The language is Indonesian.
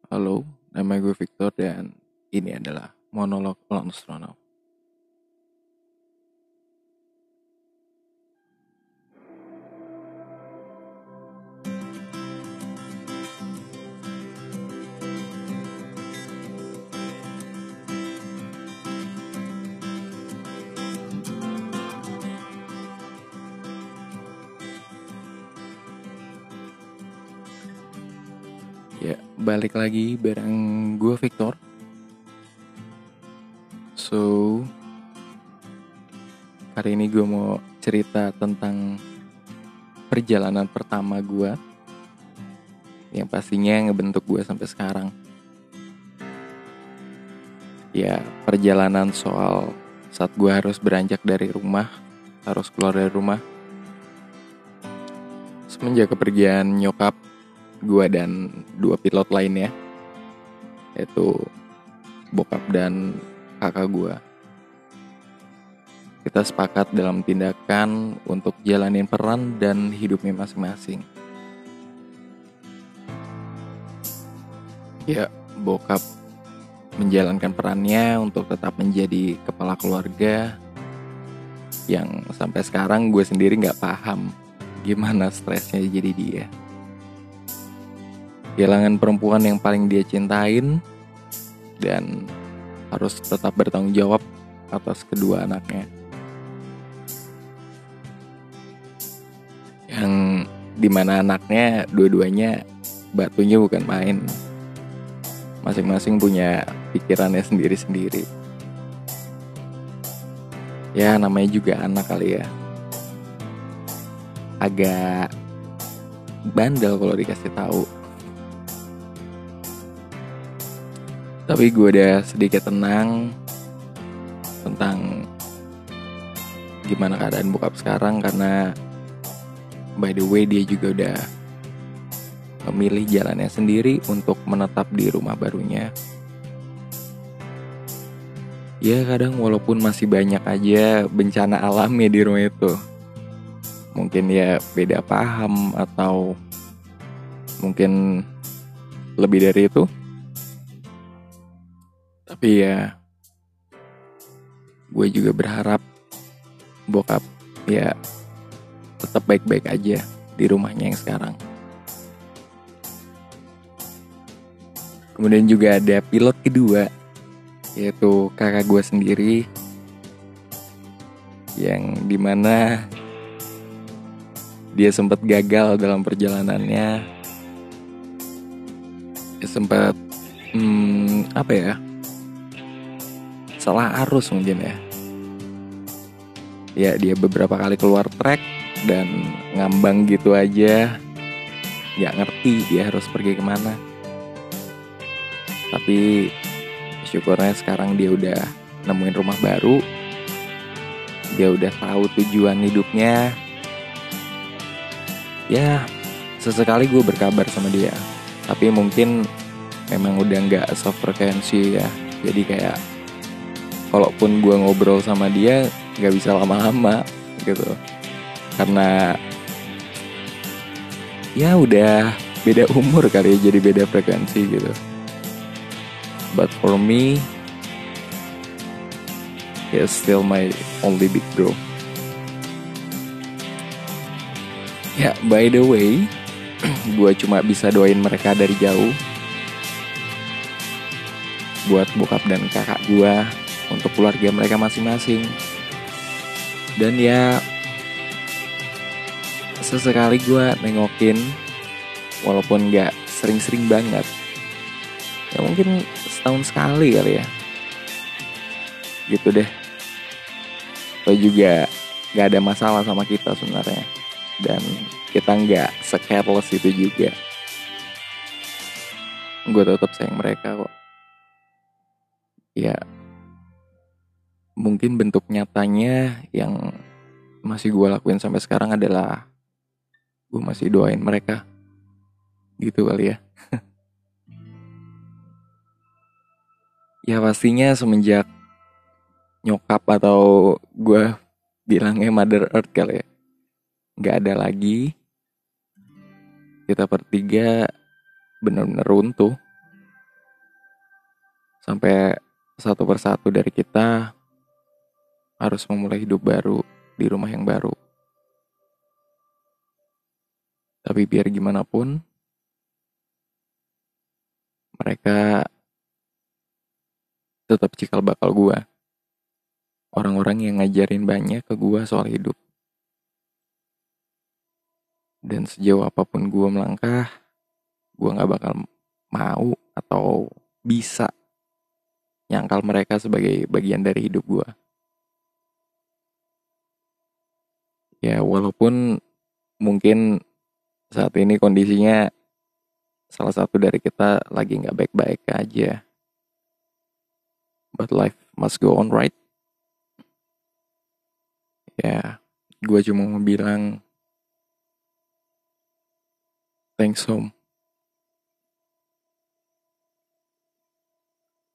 Halo, nama gue Victor dan ini adalah monolog Lone Astronot. Ya, balik lagi bareng gue Victor. So, hari ini gue mau cerita tentang perjalanan pertama gue yang pastinya ngebentuk gue sampai sekarang. Ya, perjalanan soal saat gue harus beranjak dari rumah, harus keluar dari rumah. Semenjak kepergian nyokap gue dan dua pilot lainnya, yaitu bokap dan kakak gue. Kita sepakat dalam tindakan untuk jalanin peran dan hidupnya masing-masing. Ya, bokap menjalankan perannya untuk tetap menjadi kepala keluarga yang sampai sekarang gue sendiri gak paham gimana stresnya jadi dia. Kehilangan perempuan yang paling dia cintain dan harus tetap bertanggung jawab atas kedua anaknya. Yang dimana anaknya dua-duanya batunya bukan main. Masing-masing punya pikirannya sendiri-sendiri. Ya namanya juga anak kali ya. Agak bandel kalau dikasih tahu. Tapi gue udah sedikit tenang tentang gimana keadaan bokap sekarang karena by the way dia juga udah memilih jalannya sendiri untuk menetap di rumah barunya. Ya kadang walaupun masih banyak aja bencana alamnya di rumah itu. Mungkin ya beda paham atau mungkin lebih dari itu. Tapi ya gue juga berharap bokap ya tetap baik-baik aja di rumahnya yang sekarang. Kemudian juga ada pilot kedua, yaitu kakak gue sendiri, yang dimana dia sempat gagal dalam perjalanannya. Dia sempat salah arus mungkin ya. Ya dia beberapa kali keluar track dan ngambang gitu aja, nggak ngerti dia harus pergi kemana. Tapi syukurnya sekarang dia udah nemuin rumah baru. Dia udah tahu tujuan hidupnya. Ya sesekali gue berkabar sama dia, tapi mungkin memang udah gak sefrekuensi ya. Jadi kayak kalaupun gue ngobrol sama dia gak bisa lama-lama gitu. Karena ya udah beda umur kali ya, jadi beda frekuensi gitu. But for me, he's still my only big bro. Ya, by the way, gue cuma bisa doain mereka dari jauh. Buat bokap dan kakak gue, untuk keluarga mereka masing-masing. Dan ya, sesekali gue nengokin, walaupun gak sering-sering banget. Ya mungkin setahun sekali kali ya. Gitu deh. Lo juga gak ada masalah sama kita sebenarnya. Dan kita gak se-careless itu juga. Gue tetap sayang mereka kok. Ya mungkin bentuk nyatanya yang masih gue lakuin sampai sekarang adalah gue masih doain mereka. Gitu kali ya. Ya pastinya semenjak nyokap atau gue bilangnya Mother Earth kali ya, gak ada lagi, kita bertiga benar-benar runtuh. Sampai satu persatu dari kita harus memulai hidup baru di rumah yang baru. Tapi biar gimana pun, mereka tetap cikal bakal gua. Orang-orang yang ngajarin banyak ke gua soal hidup. Dan sejauh apapun gua melangkah, gua gak bakal mau atau bisa nyangkal mereka sebagai bagian dari hidup gua. Ya walaupun mungkin saat ini kondisinya salah satu dari kita lagi gak baik-baik aja. But life must go on, right? Ya, gue cuma mau bilang thanks home.